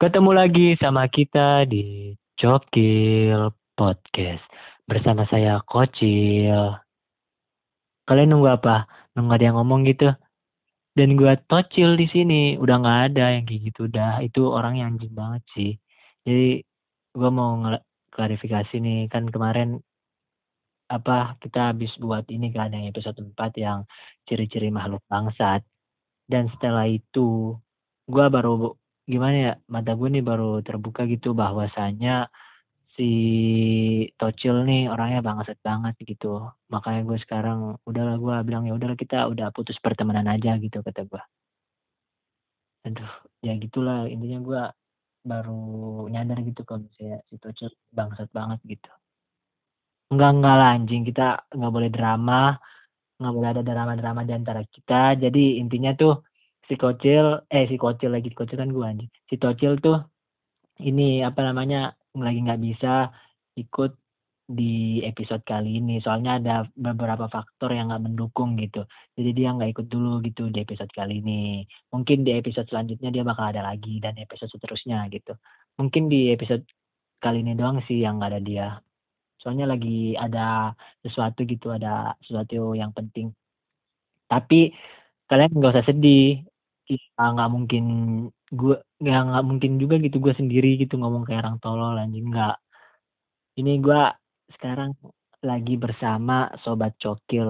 Ketemu lagi sama kita di Cokil Podcast. Bersama saya Kocil. Kalian nunggu apa? Nunggu ada yang ngomong gitu? Dan gua Tocil di sini. Udah nggak ada yang kayak gitu. Udah itu orang yang anjing banget sih. Jadi gua mau klarifikasi nih. Kan kemarin kita habis buat ini kan yang episode 4 yang ciri-ciri makhluk bangsat. Dan setelah itu gua baru gimana ya, mata gue nih baru terbuka gitu bahwasanya si Tocil nih orangnya bangsat banget gitu. Makanya gue sekarang udahlah, gue bilang ya udahlah, kita udah putus pertemanan aja gitu, kata gue. Aduh, ya gitulah intinya, gue baru nyadar gitu kalau misalnya si Tocil bangsat banget gitu. Enggak lah anjing, kita nggak boleh drama, nggak boleh ada drama-drama di antara kita. Jadi intinya tuh si Kocil lagi, Kocil kan gue anjing. Si Tocil tuh ini apa namanya, lagi nggak bisa ikut di episode kali ini, soalnya ada beberapa faktor yang nggak mendukung gitu. Jadi dia nggak ikut dulu gitu di episode kali ini. Mungkin di episode selanjutnya dia bakal ada lagi, dan episode seterusnya gitu. Mungkin di episode kali ini doang sih yang nggak ada dia. Soalnya lagi ada sesuatu gitu, ada sesuatu yang penting. Tapi kalian nggak usah sedih. Nggak mungkin gue, nggak mungkin juga gitu gue sendiri gitu ngomong kayak orang tolol anjing, nggak. Ini gue sekarang lagi bersama Sobat Cokil.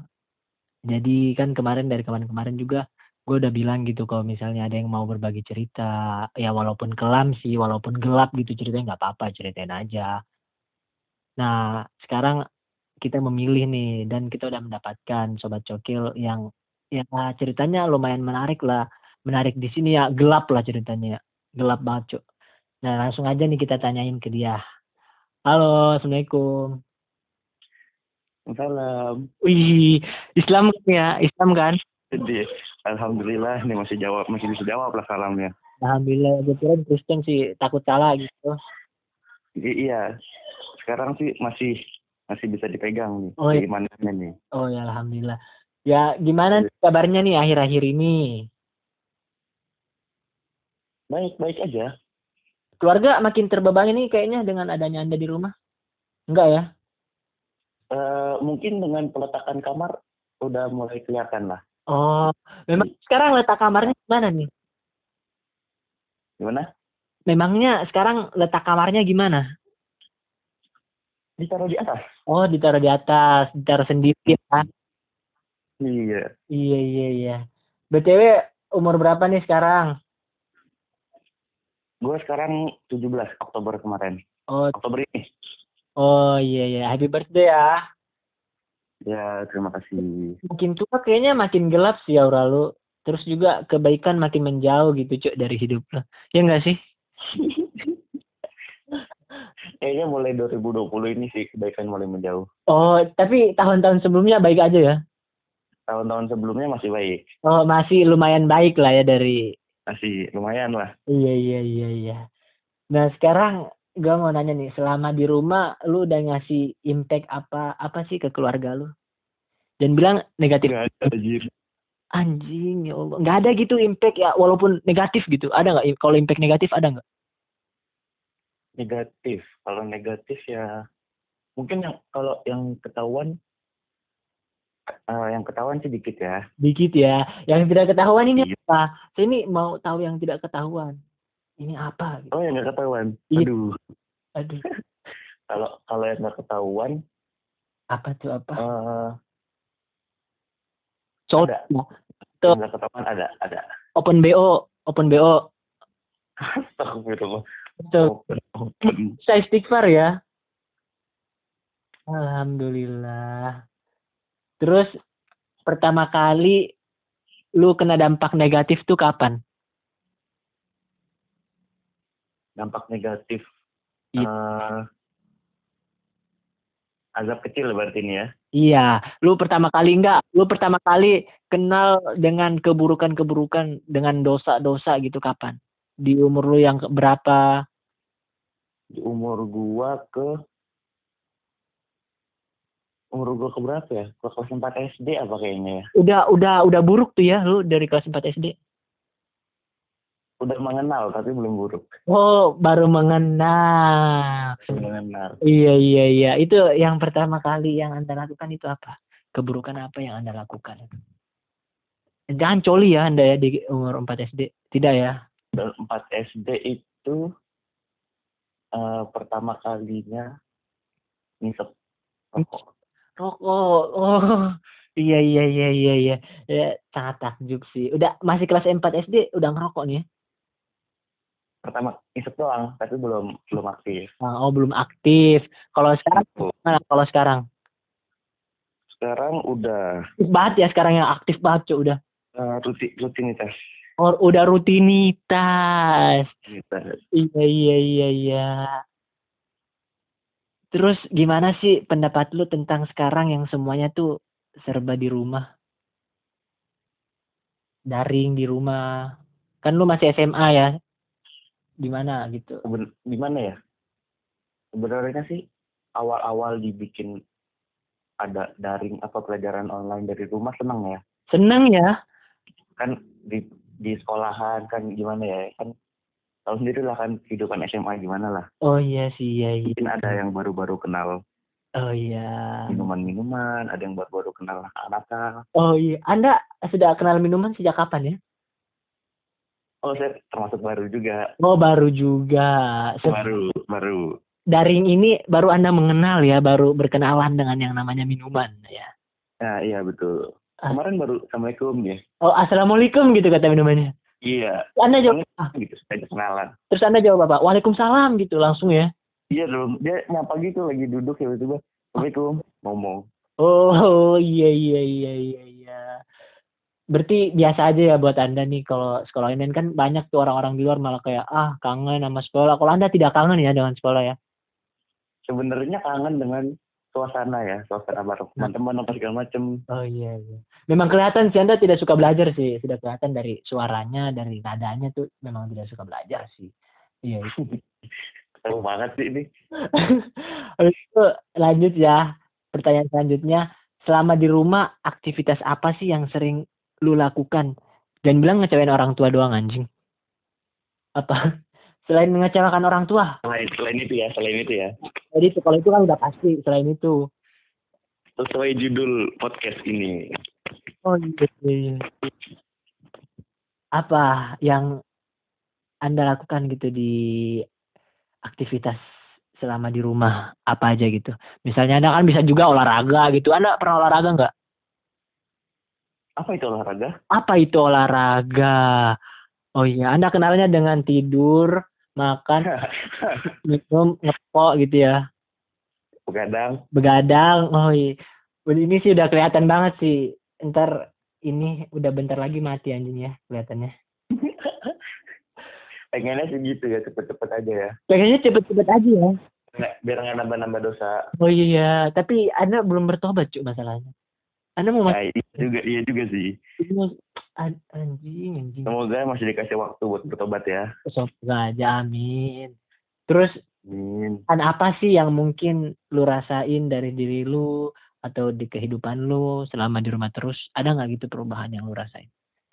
Jadi kan dari kemarin-kemarin juga gue udah bilang gitu kalau misalnya ada yang mau berbagi cerita, ya walaupun kelam sih, walaupun gelap gitu ceritanya, nggak apa-apa, ceritain aja. Nah, sekarang kita memilih nih, dan kita udah mendapatkan Sobat Cokil yang ya ceritanya lumayan menarik lah. Menarik di sini ya, gelap lah ceritanya. Gelap banget, Cuk. Nah, langsung aja nih kita tanyain ke dia. Halo, Assalamualaikum. Salam. Wih, Islam kan ya? Islam kan? Jadi, alhamdulillah nih masih bisa jawab lah salamnya. Alhamdulillah, gue kira Kristen sih, takut salah gitu. Iya, sekarang sih masih bisa dipegang nih, Oh ya, keimanannya nih. oh ya, Alhamdulillah. Ya, gimana nih kabarnya nih akhir-akhir ini? Baik-baik aja. Keluarga makin terbebani nih kayaknya dengan adanya Anda di rumah. Enggak ya? Mungkin dengan peletakan kamar udah mulai kelihatan lah. Oh, memang sekarang letak kamarnya gimana nih? Gimana? Memangnya sekarang letak kamarnya gimana? Ditaruh di atas. Oh, ditaruh di atas, ditaruh sendiri ya? Iya. Iya. BTW, umur berapa nih sekarang? Gue sekarang 17 Oktober kemarin. Oh, Oktober ini. oh iya. Happy birthday ya. Ya, terima kasih. Makin tua kayaknya makin gelap sih aura lu. Terus juga kebaikan makin menjauh gitu, Cuk, dari hidup lu. Ya enggak sih? Kayaknya mulai 2020 ini sih kebaikan mulai menjauh. Oh, tapi tahun-tahun sebelumnya baik aja ya? Tahun-tahun sebelumnya masih baik. Oh, masih lumayan baik lah ya dari... Masih lumayan lah. Iya. Nah, sekarang gue mau nanya nih, selama di rumah lu udah ngasih impact apa sih ke keluarga lu? Dan bilang negatif. Nggak ada, anjir. Anjing, ya Allah. Nggak ada gitu impact ya, walaupun negatif gitu. Ada nggak? Kalau impact negatif ada nggak? Negatif. Kalau negatif ya mungkin kalau yang ketahuan sih dikit ya. Dikit ya. Yang tidak ketahuan ini Iya. apa? Saya ini mau tahu yang tidak ketahuan. Ini apa? Gitu. Oh, yang nggak ketahuan. Iya. Aduh. Aduh. Kalau yang nggak ketahuan Apa tuh apa? ada. Tuh. Yang nggak ketahuan ada. Open BO. Astagfirullah. Tuh. Open. Saya istighfar ya. Alhamdulillah. Terus pertama kali lu kena dampak negatif tuh kapan? Dampak negatif. Iya. Azab kecil berarti ini ya. Iya, lu pertama kali kenal dengan keburukan-keburukan, dengan dosa-dosa gitu kapan? Di umur lu yang berapa? Di umur gua ke berapa ya? Ke kelas 4 SD apa kayaknya ya? Udah buruk tuh ya lu dari kelas 4 SD? udah mengenal tapi belum buruk. Oh, baru mengenal. Mengenal. Iya. Itu yang pertama kali yang Anda lakukan itu apa? Keburukan apa yang Anda lakukan? Jangan coli ya Anda ya di umur 4 SD. Tidak ya? Dan 4 SD itu pertama kalinya ngisep rokok. Rokok. Oh, iya. Ya, sangat takjub sih. Udah masih kelas 4 SD udah ngerokok nih ya? Pertama ngisep doang, tapi belum aktif. Oh, belum aktif. Kalau sekarang Gitu. gimana? Kalau sekarang? Sekarang udah Aktif banget ya sekarang yang aktif banget, Cuk, udah. rutinitas. Oh, udah rutinitas. Rutinitas. Iya. Terus gimana sih pendapat lu tentang sekarang yang semuanya tuh serba di rumah? Daring di rumah. Kan lu masih SMA ya? Gimana gitu? Gimana ya? Sebenarnya sih awal-awal dibikin ada daring apa pelajaran online dari rumah seneng ya. Seneng ya? Kan di sekolahan kan gimana ya? Kan tahu sendiri lah kan kehidupan SMA gimana lah. Oh iya sih, iya. Mungkin ada yang baru-baru kenal Oh iya. minuman-minuman, ada yang baru-baru kenal anak-anak. Oh iya. Anda sudah kenal minuman sejak kapan ya? Oh, saya termasuk baru juga. Oh, baru juga. Baru. Daring ini baru Anda mengenal ya, baru berkenalan dengan yang namanya minuman ya. Nah, iya betul. Kemarin baru Assalamualaikum ya. Oh, Assalamualaikum gitu kata minumannya. Iya. Anda jawab gitu, saya kenalan. Terus Anda jawab apa? Waalaikumsalam gitu langsung ya. Iya dong, dia nyapa gitu lagi duduk ya tiba-tiba. Assalamualaikum, ngomong. Oh, iya. Berarti biasa aja ya buat Anda nih kalau sekolah ini kan banyak tuh orang-orang di luar malah kayak kangen sama sekolah. Kalau Anda tidak kangen ya dengan sekolah ya? Sebenarnya kangen dengan suasana bareng teman-teman apa segala macem. Oh iya. Memang kelihatan sih Anda tidak suka belajar sih. Sudah kelihatan dari suaranya, dari nadanya tuh memang tidak suka belajar sih. Iya. Tahu banget sih ini. Habis itu lanjut ya. Pertanyaan selanjutnya, selama di rumah aktivitas apa sih yang sering lu lakukan? Jangan bilang ngecewain orang tua doang anjing. Apa? Selain mengecewakan orang tua. Selain itu ya. Jadi kalau itu kan udah pasti selain itu. Sesuai judul podcast ini. Oh iya. Apa yang Anda lakukan gitu di aktivitas selama di rumah? Apa aja gitu. Misalnya Anda kan bisa juga olahraga gitu. Anda pernah olahraga nggak? Apa itu olahraga? Apa itu olahraga? Oh iya, Anda kenalnya dengan tidur, makan, minum, ngepok gitu ya. Begadang. Oh iya. Ini sih udah kelihatan banget sih. Ntar ini udah bentar lagi mati anjing ya kelihatannya. Pengennya sih gitu ya, cepet-cepet aja ya. Pengennya cepet-cepet aja ya. Biar nggak nambah-nambah dosa. Oh iya, tapi Anda belum bertobat Cuk masalahnya. Anda mau masih... Iya juga sih. Anjing. Semoga masih dikasih waktu buat bertobat ya. Semoga aja, amin. Terus kan apa sih yang mungkin lu rasain dari diri lu atau di kehidupan lu selama di rumah terus? Ada nggak gitu perubahan yang lu rasain?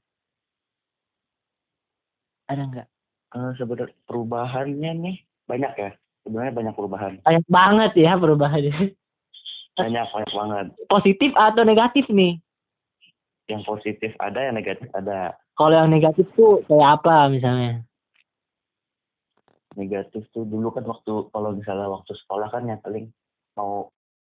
Ada nggak? Sebenarnya perubahannya nih banyak ya. Sebenarnya banyak perubahan. Banyak banget ya perubahannya. Banyak banget. Positif atau negatif nih? Yang positif ada, yang negatif ada. Kalau yang negatif tuh kayak apa misalnya? Negatif tuh dulu kan kalau misalnya waktu sekolah kan yang paling mau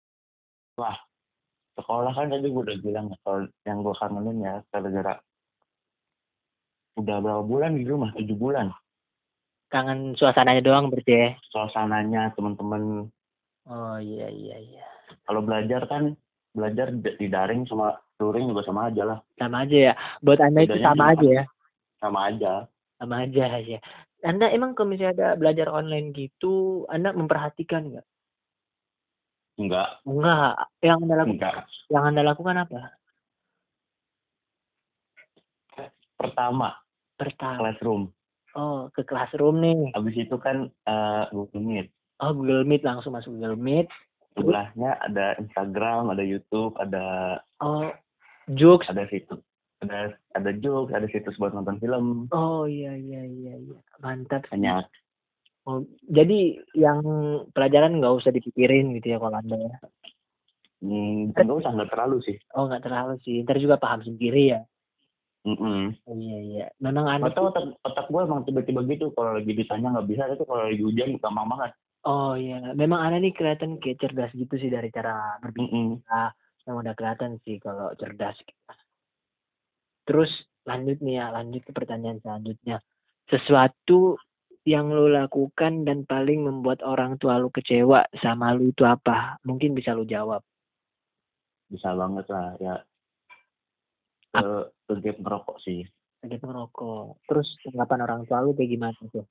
sekolah kan tadi gue udah bilang kalau yang gue kangenin ya gara-gara udah berapa bulan di rumah, 7 bulan. Kangen suasananya doang berarti ya? Suasananya, teman-teman. Oh iya. Kalau belajar di daring sama luring juga sama aja lah. Sama aja ya. Buat Anda itu sama aja ya? Sama aja ya. Anda emang kalau misalnya ada belajar online gitu, Anda memperhatikan nggak? Enggak. Yang Anda lakukan apa? Pertama. Classroom. Oh, ke classroom nih. Habis itu kan Google Meet. Oh, Google Meet, langsung masuk Google Meet. Sebelahnya ada Instagram, ada YouTube, ada Jokes. Ada situs. Ada Jokes, ada situs buat nonton film. Oh iya. Mantap sih. Banyak. Oh, jadi yang pelajaran nggak usah dipikirin gitu ya kalau Anda ya. Nggak terlalu sih. Oh, nggak terlalu sih. Ntar juga paham sendiri ya. Mm-mm. Oh, iya. Memang aneh. Atau otak gue emang tiba-tiba gitu, kalau lagi ditanya nggak bisa, itu kalau lagi hujan gampang banget. Oh iya, memang aneh nih kelihatan kayak cerdas gitu sih dari cara berbicara. Yang udah kelihatan sih kalau cerdas. Terus lanjut ke pertanyaan selanjutnya. Sesuatu yang lo lakukan dan paling membuat orang tua lo kecewa sama lo itu apa? Mungkin bisa lo jawab. Bisa banget lah ya, ke gap ngerokok sih. Lagi ngerokok. Terus tanggapan orang tua lo kayak gimana tuh?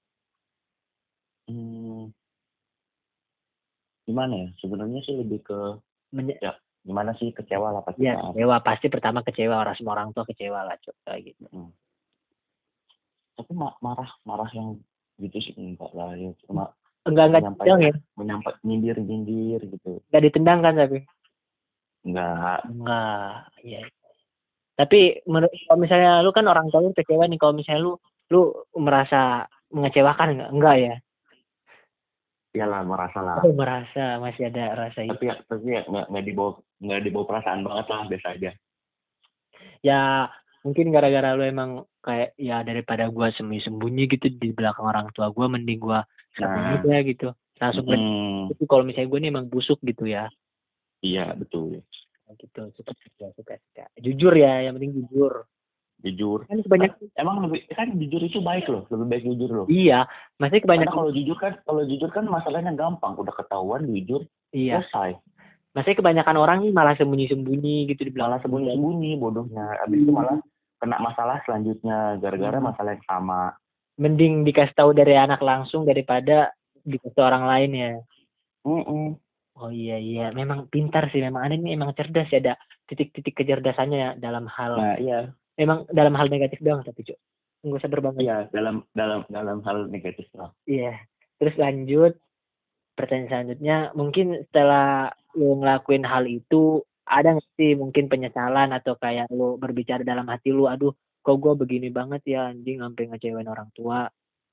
Gimana ya? Sebenarnya sih lebih ke ya gimana sih, kecewa lah pasti. Ya, kecewa. Pasti pertama kecewa. Semua orang tua kecewa lah, kayak gitu. Tapi marah yang gitu sih enggak lah ya, cuma enggak ditendang ya? nyindir gitu. Enggak ditendang kan tapi? Enggak, iya. Tapi kalau misalnya lu kan orang tua lu kecewa nih, kalau misalnya lu merasa mengecewakan enggak ya? iyalah merasa lah. Oh, merasa masih ada rasa itu. Tapi ya nggak dibawa perasaan banget lah, biasa aja. Ya mungkin gara-gara lu emang kayak ya daripada gua sembunyi gitu di belakang orang tua gua, mending gua sembunyi aja gitu. Langsung itu kalau misalnya gua nih emang busuk gitu ya. Iya betul. Gitu, suka. Jujur ya, yang penting jujur. Kan kebanyakan emang jujur itu baik loh, lebih baik jujur loh. Iya, masih kebanyakan. Karena kalau jujur kan masalahnya gampang, udah ketahuan jujur, iya. Selesai. Masih kebanyakan orang nih malah sembunyi-sembunyi gitu di belakang. Malah sembunyi bodohnya, abis itu malah kena masalah selanjutnya gara-gara masalah yang sama. Mending dikasih tahu dari anak langsung daripada dikasih tahu orang lain ya. Oh iya, memang pintar sih, memang aneh ini emang cerdas ya, ada titik-titik kecerdasannya ya dalam hal. Nah iya. Emang dalam hal negatif doang tapi Cuk. Nggak usah berbangun. Iya, dalam hal negatif doang. Iya. Terus lanjut pertanyaan selanjutnya, mungkin setelah lo ngelakuin hal itu ada nggak sih mungkin penyesalan atau kayak lo berbicara dalam hati lo, aduh kok gue begini banget ya anjing sampai ngecewain orang tua.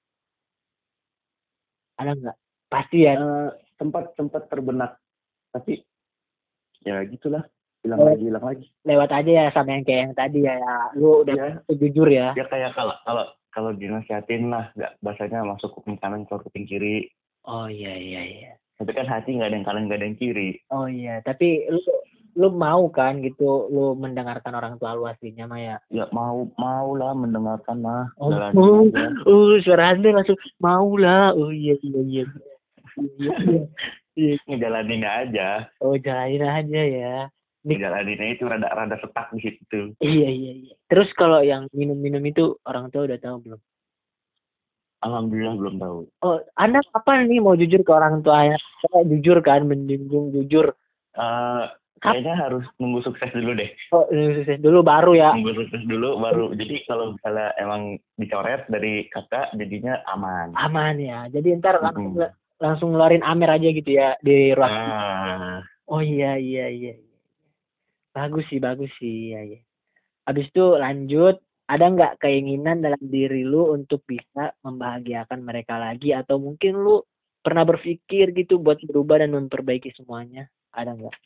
Ada nggak? Pasti ya. Sempat terbenak, tapi ya gitulah, hilang lagi. Lewat aja ya sama yang kayak yang tadi ya, lu udah jujur ya. Ya kayak kalau dinasihatin lah, nggak, bahasanya masuk kuping kanan keluar kuping kiri. Oh iya. Tapi kan hati nggak ada yang kanan nggak ada yang kiri. Oh iya, tapi lu mau kan gitu, lu mendengarkan orang tua lu aslinya mah ya? Ya mau lah mendengarkan mah. Suara Anda langsung mau lah. Oh iya. Ngejalanin aja. Oh jalanin aja ya. Ngejalaninnya itu rada setak di situ. Iya. Terus kalau yang minum itu orang tua udah tahu belum? Alhamdulillah belum tahu. Oh, Anda kapan nih mau jujur ke orang tua ya? Jujur kan, menjunjung jujur. Kayaknya harus nunggu sukses dulu deh. Oh, nunggu sukses dulu baru ya? Nunggu sukses dulu baru. Jadi kalau misalnya emang dicoret dari kakak, jadinya aman. Aman ya. Jadi ntar langsung ngeluarin Amer aja gitu ya di ruang. Oh iya. Bagus sih. Iya. Habis itu lanjut, ada nggak keinginan dalam diri lu untuk bisa membahagiakan mereka lagi, atau mungkin lu pernah berpikir gitu buat berubah dan memperbaiki semuanya? Ada nggak?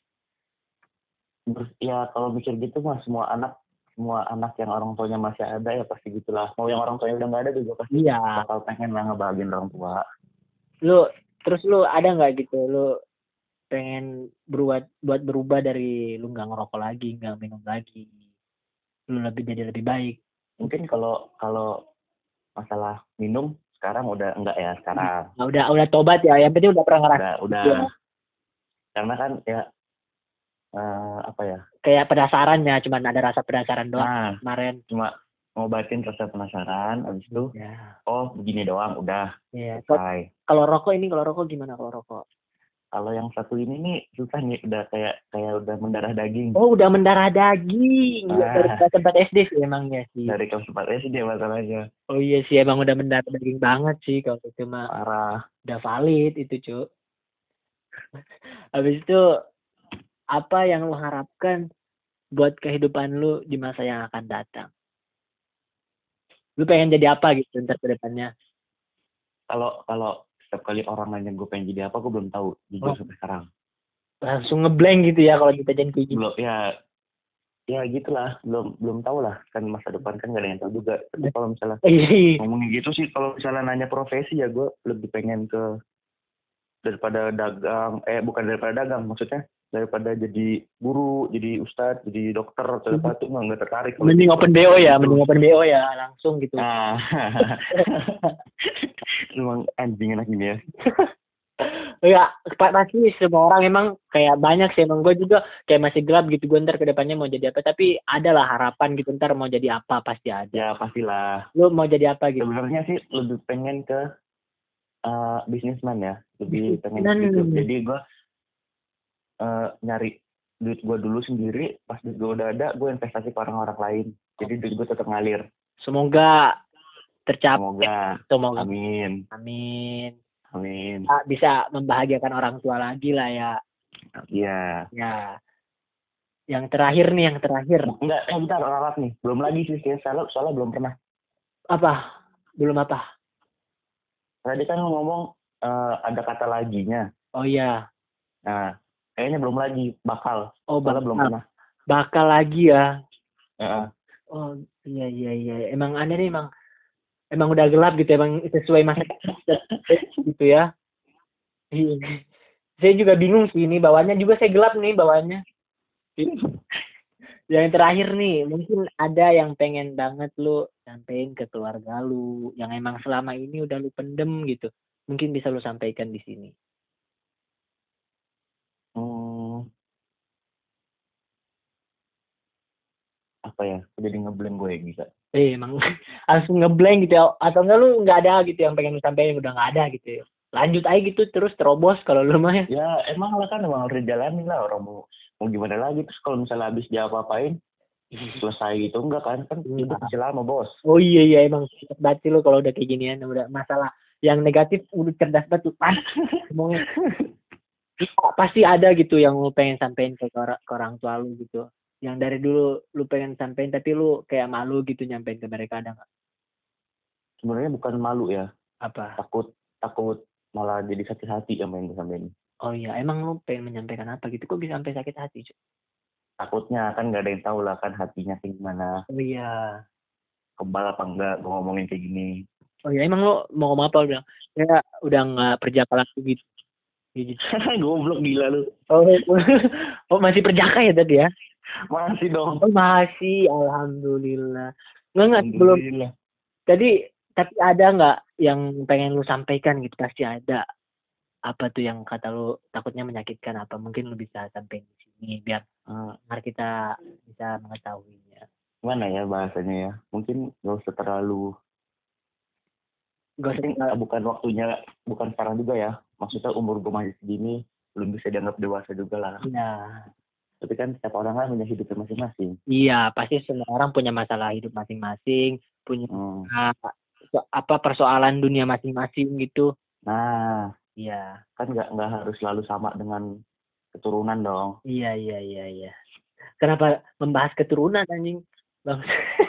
Ya kalau mikir gitu mah semua anak yang orang tuanya masih ada ya pasti gitulah. Mau yang orang tuanya udah nggak ada juga pasti bakal pengen lah ngebahagiain orang tua. Lu ada nggak gitu, lu pengen buat berubah dari lu nggak ngerokok lagi, nggak minum lagi, lu jadi lebih baik? Mungkin kalau masalah minum sekarang udah enggak ya sekarang. Udah tobat ya, yang penting udah pernah ngerasa. Udah. Karena kan ya apa ya? Kayak penasaran ya, cuman ada rasa penasaran doang kemarin. Cuma ngobatin rasa penasaran, abis itu oh begini doang udah. Iya. Kalau rokok gimana kalau rokok? Kalau yang satu ini nih susah nih, udah kayak udah mendarah daging. Oh, udah mendarah daging. Dari kelas 4 SD sih emangnya sih. Dari kelas 4 SD masalahnya. Oh iya sih, emang udah mendarah daging banget sih kalau itu mah. Parah. Udah valid itu, Cuk. Habis itu apa yang lu harapkan buat kehidupan lu di masa yang akan datang? Lu pengen jadi apa gitu ntar ke depannya? Kalau setiap kali orang nanya gue pengen jadi apa, gue belum tahu jujur Oh, sampai sekarang. langsung ngeblank gitu ya kalau ditanyain kayak gitu. Belum ya gitulah, belum tahu lah, kan masa depan kan gak ada yang tahu juga. Tapi kalau misalnya Iya. ngomongin gitu sih, kalau misalnya nanya profesi ya gue lebih pengen ke daripada dagang, bukan daripada dagang, maksudnya daripada jadi guru, jadi ustadz, jadi dokter atau apa tuh nggak tertarik. Mending open BO ya, mending open BO ya langsung gitu. Ah, emang anjing anak ini ya. Ya, pasti semua orang emang kayak banyak sih, emang gue juga kayak masih gelap gitu gue ntar ke depannya mau jadi apa, tapi adalah harapan gitu ntar mau jadi apa pasti ada. Ya pastilah. Lu mau jadi apa gitu? Sebenarnya sih lebih pengen ke bisnisman ya, lebih pengen Bisnisman. gitu. Jadi gue nyari duit gue dulu sendiri, pas duit gue udah ada, gue investasi ke orang-orang lain. Jadi duit gue tetap ngalir. Semoga tercapai. Semoga. Semoga. Amin. Amin. Amin. Bisa membahagiakan orang tua lagi lah ya. Iya. Ya. Yang terakhir nih, yang terakhir. Enggak, bentar, ralat nih. Belum lagi sih, soalnya belum pernah. Apa? Belum apa? Tadi kan ngomong ada kata laginya. Oh iya. Nah, kayaknya belum lagi, bakal. Oh, soalnya belum pernah. Bakal lagi ya. Oh, iya. Emang aneh nih, emang udah gelap gitu, emang sesuai masa gitu ya. Saya juga bingung sih ini bawahnya juga saya gelap nih bawahnya. Yang terakhir nih, mungkin ada yang pengen banget lu sampein ke keluarga lu, yang emang selama ini udah lu pendem gitu. Mungkin bisa lu sampaikan di sini. Apa ya? Jadi ngeblank gue ya bisa. Emang langsung ngeblank gitu ya, atau enggak lu nggak ada gitu yang pengen lu sampein, udah nggak ada gitu ya. Lanjut aja gitu terus terobos kalau lu mah. Ya emang lah kan emang harus dijalanin lah, orang mau gimana lagi. Terus kalau misalnya habis diapa-apain selesai gitu enggak kan itu masih lama bos. Oh iya emang banget lu kalau udah kayak ginian, udah masalah yang negatif udah cerdas banget tuh semuanya. Pasti ada gitu yang lu pengen sampein ke orang tua lu gitu, yang dari dulu lu pengen sampein tapi lu kayak malu gitu nyampein ke mereka, ada nggak? Sebenarnya bukan malu ya, Apa? takut malah jadi sakit hati yang main sampein. Oh iya, emang lu pengen menyampaikan apa gitu, kok bisa sampai sakit hati? Takutnya kan nggak ada yang tahu lah kan hatinya kayak gimana. Oh iya. Kebal apa enggak gue ngomongin kayak gini. Oh iya, emang lu mau ngomong apa? Udah nggak perjaka lagi gitu. Goblok gila lu. Oh masih perjaka ya tadi ya? Masih dong. Oh masih, alhamdulillah. Nggak belum. Tadi tapi ada nggak yang pengen lu sampaikan gitu? Pasti ada. Apa tuh yang kata lu takutnya menyakitkan apa? Mungkin lu bisa sampaikan di sini biar kita bisa mengetahuinya. Mana ya bahasanya ya? Mungkin nggak usah terlalu. Bukan waktunya, bukan sekarang juga ya. Maksudnya umur gue masih segini, belum bisa dianggap dewasa juga lah. Iya. Tapi kan setiap orang kan punya hidupnya masing-masing. Iya, pasti semua orang punya masalah hidup masing-masing, punya persoalan dunia masing-masing gitu. Nah, iya. Kan nggak harus selalu sama dengan keturunan dong. Iya. Kenapa membahas keturunan anjing, Bang?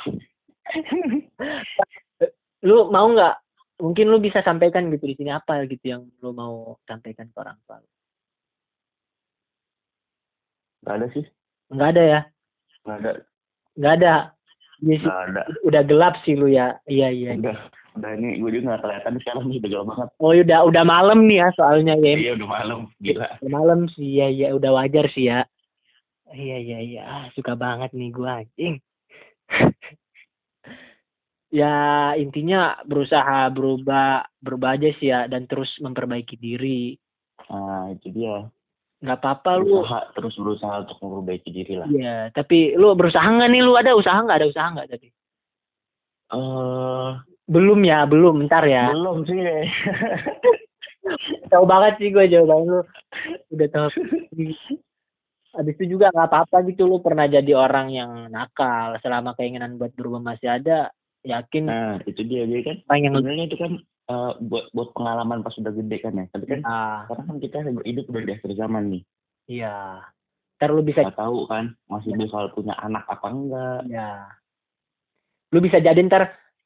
Lu mau nggak? Mungkin lu bisa sampaikan gitu di sini apa gitu yang lu mau sampaikan ke orang tua. Nggak ada sih. Nggak ada ya? Nggak ada. Yes, nggak ada. Udah gelap sih lu ya. Iya. Udah ini gue juga nggak kelihatan sekarang nih, udah gelap banget. Oh udah malam nih ya soalnya ya. Iya udah malam, gila. Udah malam sih, iya udah wajar sih ya. Iya. Suka banget nih gue anjing. Ya intinya berusaha berubah aja sih ya, dan terus memperbaiki diri. Nah itu dia. Nggak apa-apa lu terus berusaha untuk memperbaiki diri lah. Iya, tapi lu berusaha nggak nih? Lu ada usaha nggak tadi? Belum ya, ntar ya. Belum sih. Tahu banget sih gue jawaban lu. Udah tahu. Habis itu juga nggak apa-apa gitu, lu pernah jadi orang yang nakal, selama keinginan buat berubah masih ada, yakin. Nah itu dia kan. Sebenarnya itu kan buat pengalaman pas udah gede kan ya. Tapi kan sekarang kan kita hidup udah di akhir zaman nih. Iya. Ntar lu bisa tahu kan masih bakal punya anak apa enggak. Iya. Lu bisa jadi ntar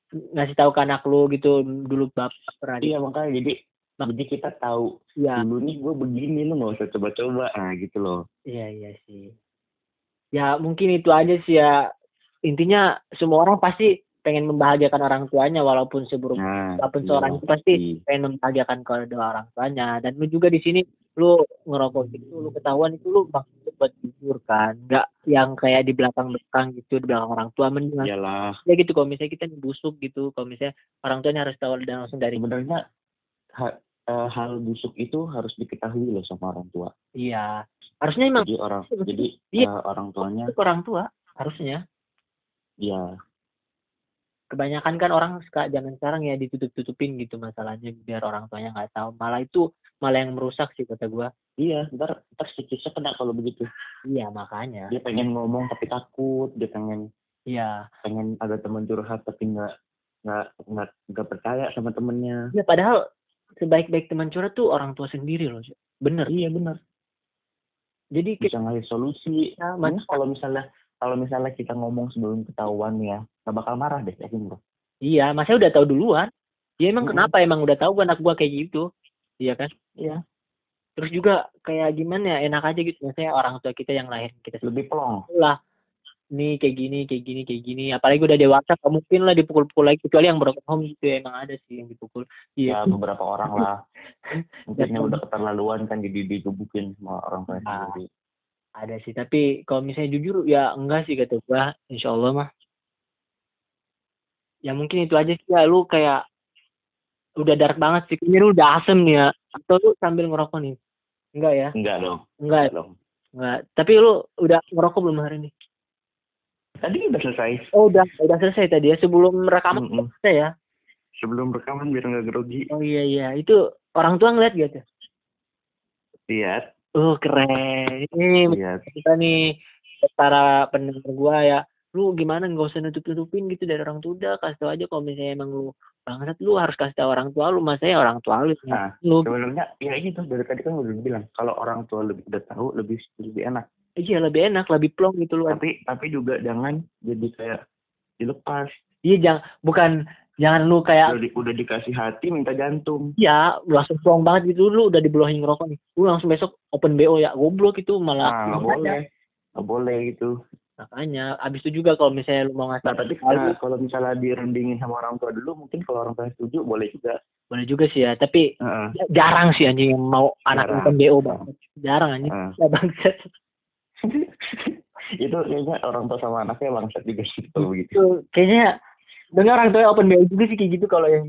ngasih tahu ke anak lu gitu dulu bapak pernah Iya makanya jadi kita tahu ya. dulu nih gue begini, lu nggak usah coba-coba, gitu loh. Iya sih. Ya mungkin itu aja sih ya. Intinya semua orang pasti pengen membahagiakan orang tuanya walaupun seburuk apapun Iya seorang itu pasti pasti. pengen membahagiakan kedua orang tuanya. Dan lu juga di sini lu ngerokok gitu, lu ketahuan itu lu maksudnya buat jujur kan, nggak yang kayak di belakang gitu di belakang orang tua mendingan Iyalah, ya gitu. Kalau misalnya kita busuk gitu, kalau misalnya orang tuanya harus tahu dan langsung dari sebenarnya hal busuk itu harus diketahui loh sama orang tua. iya harusnya emang Jadi iya orang tuanya itu orang tua harusnya. ya Kebanyakan kan orang suka zaman sekarang ya ditutup-tutupin gitu masalahnya biar orang tuanya nggak tahu. Malah yang merusak sih kata gua. iya ntar psikisnya kena kalau begitu. Iya makanya. Dia pengen ngomong tapi takut, dia Iya. pengen ada teman curhat tapi nggak percaya sama temennya. Ya padahal sebaik-baik teman curhat tuh orang tua sendiri loh. Bener. Iya benar. Jadi Bisa ngasih solusi. kita Kalau misalnya kita ngomong sebelum ketahuan ya, nggak bakal marah deh, yakin bro. iya, masnya udah tahu duluan. Ya emang kenapa emang udah tahu anak gua kayak gitu. Iya kan? Iya. Terus juga kayak gimana ya enak aja gitu. Maksudnya orang tua kita yang lahirin kita Lebih plong. lah. Nih kayak gini. Apalagi udah dewasa, gak mungkin lah dipukul-pukul lagi kecuali yang broken home gitu ya. Emang ada sih yang dipukul. Ya Iya. beberapa orang lah. Mungkin udah keterlaluan kan jadi digebukin sama orang tua sendiri. Ada sih, tapi kalau misalnya jujur ya enggak sih kata gua, insya Allah mah. Ya mungkin itu aja sih ya, lu kayak udah dark banget sih, ini lu udah asem nih ya. Atau lu sambil ngerokok nih? Enggak ya? Enggak dong. Enggak dong. Enggak. Tapi lu udah ngerokok belum hari ini? Tadi udah selesai. Oh udah selesai tadi ya, sebelum rekaman selesai ya? Sebelum rekaman biar nggak grogi. Oh iya, itu orang tua ngeliat gitu? Lihat. Oh keren. Ini kita nih para pendengar gua ya, lu gimana nggak usah nutup-nutupin gitu dari orang tua, udah kasih tau aja kalau misalnya emang lu banget lu harus kasih tahu orang tua lu, masanya orang tua lu. Nah, lu sebenarnya ya gitu dari tadi kan udah bilang kalau orang tua udah tahu lebih enak. Iya lebih enak, lebih plong gitu lu. Tapi juga jangan jadi kayak dilepas. Iya jangan lu kayak udah dikasih hati minta jantung. Iya, langsung plong banget gitu, lu udah diblohin ngerokok nih. Lu langsung besok open BO ya, goblok itu malah. Nggak boleh gitu. Makanya, abis itu juga kalau misalnya lu mau ngasih. Nah, tapi kalau misalnya dirundingin sama orang tua dulu, mungkin kalau orang tua setuju boleh juga. Boleh juga sih ya, tapi jarang sih anjing yang mau anak open BO banget. Jarang anjing. Ya bangsat. Itu kayaknya orang tua sama anaknya bangsat juga sih kalau begitu. Itu kayaknya dengar orang tua open BO juga sih kayak gitu kalau yang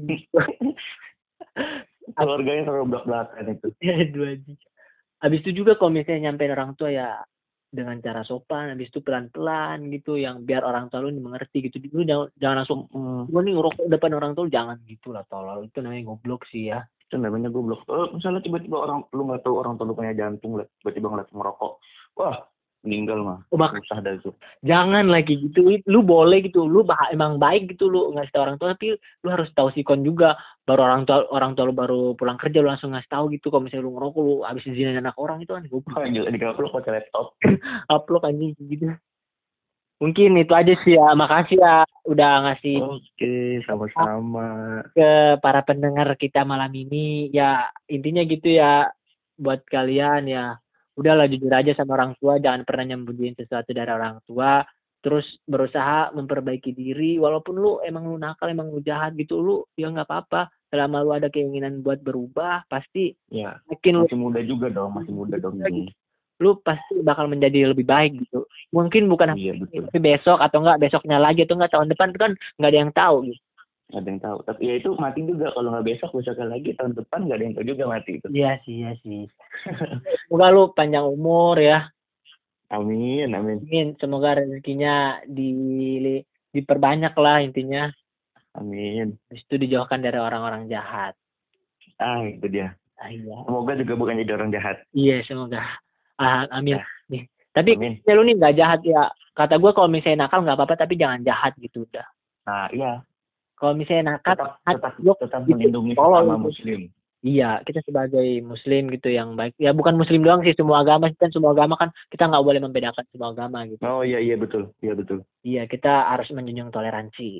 keluarganya terlalu belak-belakan itu. Dua anjing. Abis itu juga kalau misalnya nyampein orang tua ya dengan cara sopan, habis itu pelan-pelan gitu, yang biar orang tua lu mengerti gitu. Dulu jangan langsung gua nih ngerokok depan orang tua, jangan gitu lah, tolol. Itu namanya goblok sih ya. Itu namanya goblok. Misalnya tiba-tiba lu nggak tahu orang tua lu punya jantung, tiba-tiba ngeliat ngerokok, wah meninggal mah. Susah dah itu. Jangan lagi gitu. Lu boleh gitu, lu emang baik gitu lu ngasih tahu orang tua, tapi lu harus tahu sikon juga. Baru orang tua lu baru pulang kerja lu langsung ngasih tahu gitu kalau misalnya lu ngerokok, lu habis izinin anak orang itu kan goblok. Digaplok pakai laptop. Upload anjing gitu. Mungkin itu aja sih ya. Makasih ya udah ngasih. Oke, sama-sama. Ke para pendengar kita malam ini. Ya intinya gitu ya. Buat kalian ya. Udahlah jujur aja sama orang tua. Jangan pernah nyembunyiin sesuatu dari orang tua. Terus berusaha memperbaiki diri. Walaupun lu nakal, emang lu jahat gitu. Lu ya nggak apa-apa. Selama lu ada keinginan buat berubah. Pasti. Ya, masih muda juga dong. Lu pasti bakal menjadi lebih baik gitu. Mungkin bukan tapi besok atau enggak besoknya lagi atau enggak tahun depan kan nggak ada yang tahu gitu. Nggak ada yang tahu. Tapi ya itu mati juga kalau nggak besoknya lagi tahun depan nggak ada yang tahu juga mati itu. Iya sih. Semoga lu panjang umur ya. Amin. Semoga rezekinya diperbanyak lah intinya. Amin. Terus itu dijauhkan dari orang-orang jahat. Itu dia. Iya. Semoga juga bukan jadi orang jahat. Iya semoga. Amin. Nih. Tapi lu nih nggak jahat ya. Kata gue kalau misalnya nakal nggak apa-apa tapi jangan jahat gitu udah. Nah iya. Kalau misalnya nakal tetap melindungi sama muslim. Iya, kita sebagai muslim gitu yang baik. Ya bukan muslim doang sih, semua agama kan kita nggak boleh membedakan semua agama gitu. Oh iya betul. Iya, kita harus menjunjung toleransi.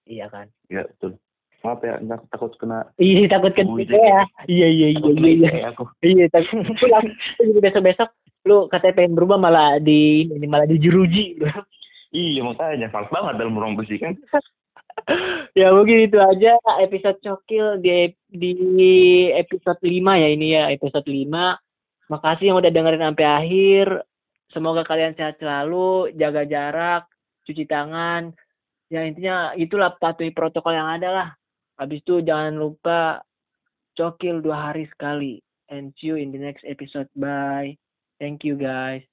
Iya kan. Ya betul. Maaf ya, nggak takut kena. Iya takut kan Ujung. ya. Iya. Takut kena ITE aku. Iya tapi pulang besok lu katanya pengen berubah malah malah dijeruji. Iya makanya males banget dalam ruang besi kan. Ya mungkin itu aja episode Cokil di episode 5 ya ini ya, episode 5. Makasih yang udah dengerin sampai akhir. Semoga kalian sehat selalu, jaga jarak, cuci tangan. Ya intinya itulah, patuhi protokol yang ada lah. Habis itu jangan lupa Cokil 2 hari sekali. And see you in the next episode. Bye. Thank you guys.